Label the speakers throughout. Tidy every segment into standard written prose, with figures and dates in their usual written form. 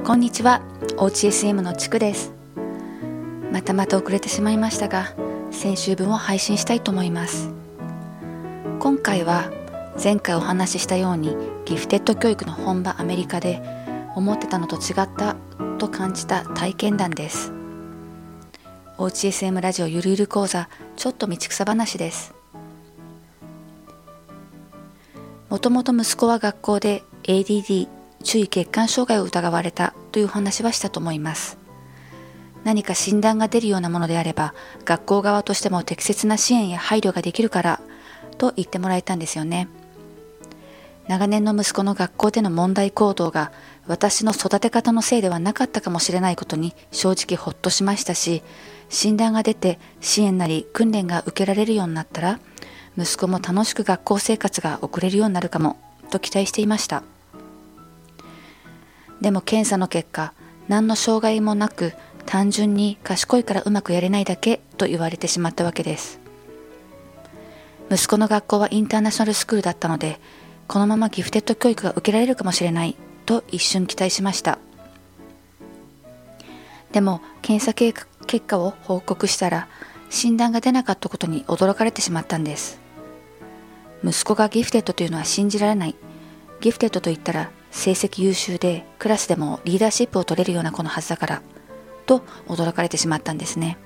Speaker 1: こんにちは、OHSM のちくです。また遅れてしまいましたが、先週分を配信したいと思います。今回は前回お話ししたようにギフテッド教育の本場アメリカで思ってたのと違ったと感じた体験談です。OHSM ラジオゆるゆる講座、ちょっと道草話です。もともと息子は学校で ADD、注意欠陥障害を疑われたという話はしたと思います。何か診断が出るようなものであれば、学校側としても適切な支援や配慮ができるからと言ってもらえたんですよね。長年の息子の学校での問題行動が私の育て方のせいではなかったかもしれないことに正直ほっとしましたし、診断が出て支援なり訓練が受けられるようになったら、息子も楽しく学校生活が送れるようになるかもと期待していました。でも検査の結果、何の障害もなく単純に賢いからうまくやれないだけと言われてしまったわけです。息子の学校はインターナショナルスクールだったので、このままギフテッド教育が受けられるかもしれないと一瞬期待しました。でも検査結果を報告したら、診断が出なかったことに驚かれてしまったんです。息子がギフテッドというのは信じられない。ギフテッドと言ったら成績優秀でクラスでもリーダーシップを取れるような子のはずだからと驚かれてしまったんですね。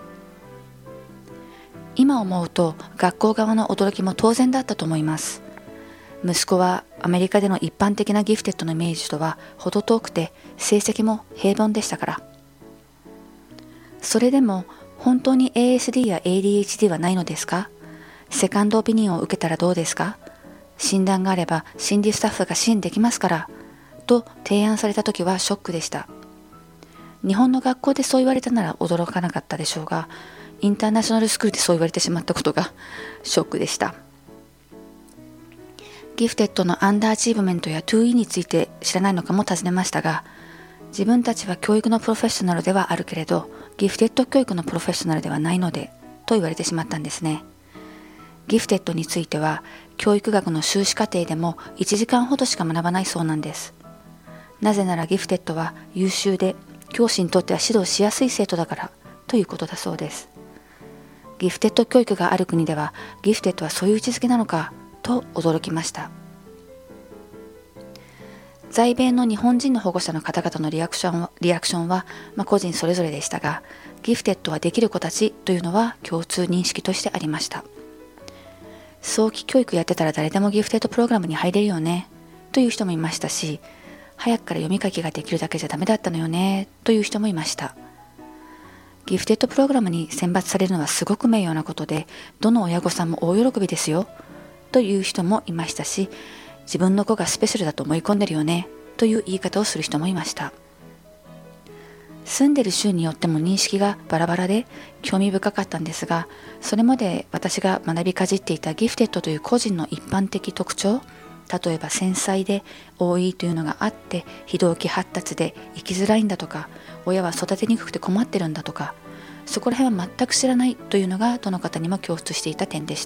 Speaker 1: 今思うと学校側の驚きも当然だったと思います。息子はアメリカでの一般的なギフテッドのイメージとは程遠くて、成績も平凡でしたから。それでも本当に ASD や ADHD はないのですか？セカンドオピニオンを受けたらどうですか？診断があれば心理スタッフが支援できますからと提案された時はショックでした。日本の学校でそう言われたなら驚かなかったでしょうが、インターナショナルスクールでそう言われてしまったことがショックでした。ギフテッドのアンダーアチーブメントや 2E について知らないのかも尋ねましたが、自分たちは教育のプロフェッショナルではあるけれど、ギフテッド教育のプロフェッショナルではないのでと言われてしまったんですね。ギフテッドについては教育学の修士課程でも1時間ほどしか学ばないそうなんです。なぜならギフテッドは優秀で教師にとっては指導しやすい生徒だからということだそうです。ギフテッド教育がある国ではギフテッドはそういう位置づけなのかと驚きました。在米の日本人の保護者の方々のリアクションは個人それぞれでしたが、ギフテッドはできる子たちというのは共通認識としてありました。早期教育やってたら誰でもギフテッドプログラムに入れるよねという人もいましたし、早くから読み書きができるだけじゃダメだったのよねという人もいました。ギフテッドプログラムに選抜されるのはすごく名誉なことで、どの親御さんも大喜びですよという人もいましたし、自分の子がスペシャルだと思い込んでるよねという言い方をする人もいました。住んでる州によっても認識がバラバラで興味深かったんですが、それまで私が学びかじっていたギフテッドという個人の一般的特徴、例えば繊細で多いというのがあって、非同期発達で生きづらいんだとか、親は育てにくくて困ってるんだとか、そこら辺は全く知らないというのがどの方にも共通していた点でした。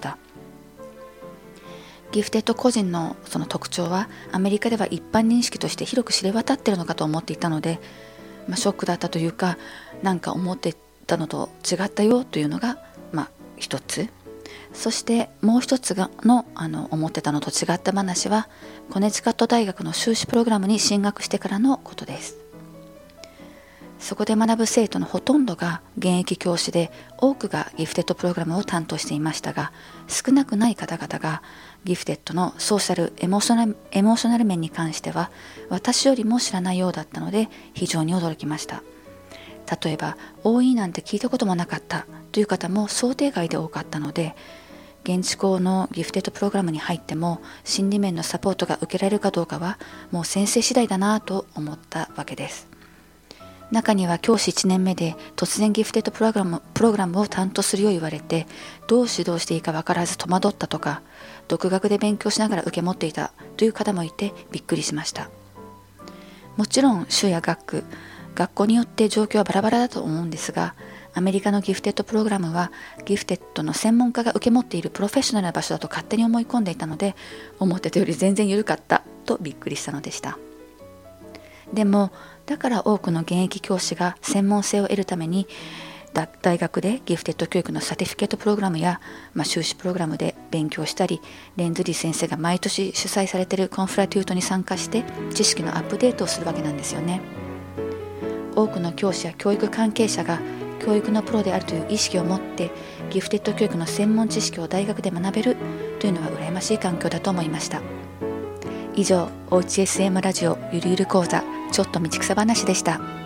Speaker 1: ギフテッド個人のその特徴はアメリカでは一般認識として広く知れ渡っているのかと思っていたので、ショックだったというか、なんか思ってたのと違ったよというのが一つ。そしてもう一つの思ってたのと違った話は、コネチカット大学の修士プログラムに進学してからのことです。そこで学ぶ生徒のほとんどが現役教師で、多くがギフテッドプログラムを担当していましたが、少なくない方々がギフテッドのソーシャルエモーショナル面に関しては私よりも知らないようだったので、非常に驚きました。例えば OE なんて聞いたこともなかったという方も想定外で多かったので、現地校のギフテッドプログラムに入っても心理面のサポートが受けられるかどうかはもう先生次第だなと思ったわけです。中には教師1年目で突然ギフテッドプログラムを担当するよう言われて、どう指導していいか分からず戸惑ったとか、独学で勉強しながら受け持っていたという方もいてびっくりしました。もちろん州や学校によって状況はバラバラだと思うんですが、アメリカのギフテッドプログラムはギフテッドの専門家が受け持っているプロフェッショナルな場所だと勝手に思い込んでいたので、思ってたより全然緩かったとびっくりしたのでした。 でもだから多くの現役教師が専門性を得るために大学でギフテッド教育のサティフィケートプログラムや、修士プログラムで勉強したり、レンズリー先生が毎年主催されているコンフラテュートに参加して知識のアップデートをするわけなんですよね。多くの教師や教育関係者が教育のプロであるという意識を持ってギフテッド教育の専門知識を大学で学べるというのは羨ましい環境だと思いました。以上、おうち SM ラジオゆるゆる講座ちょっと道草話でした。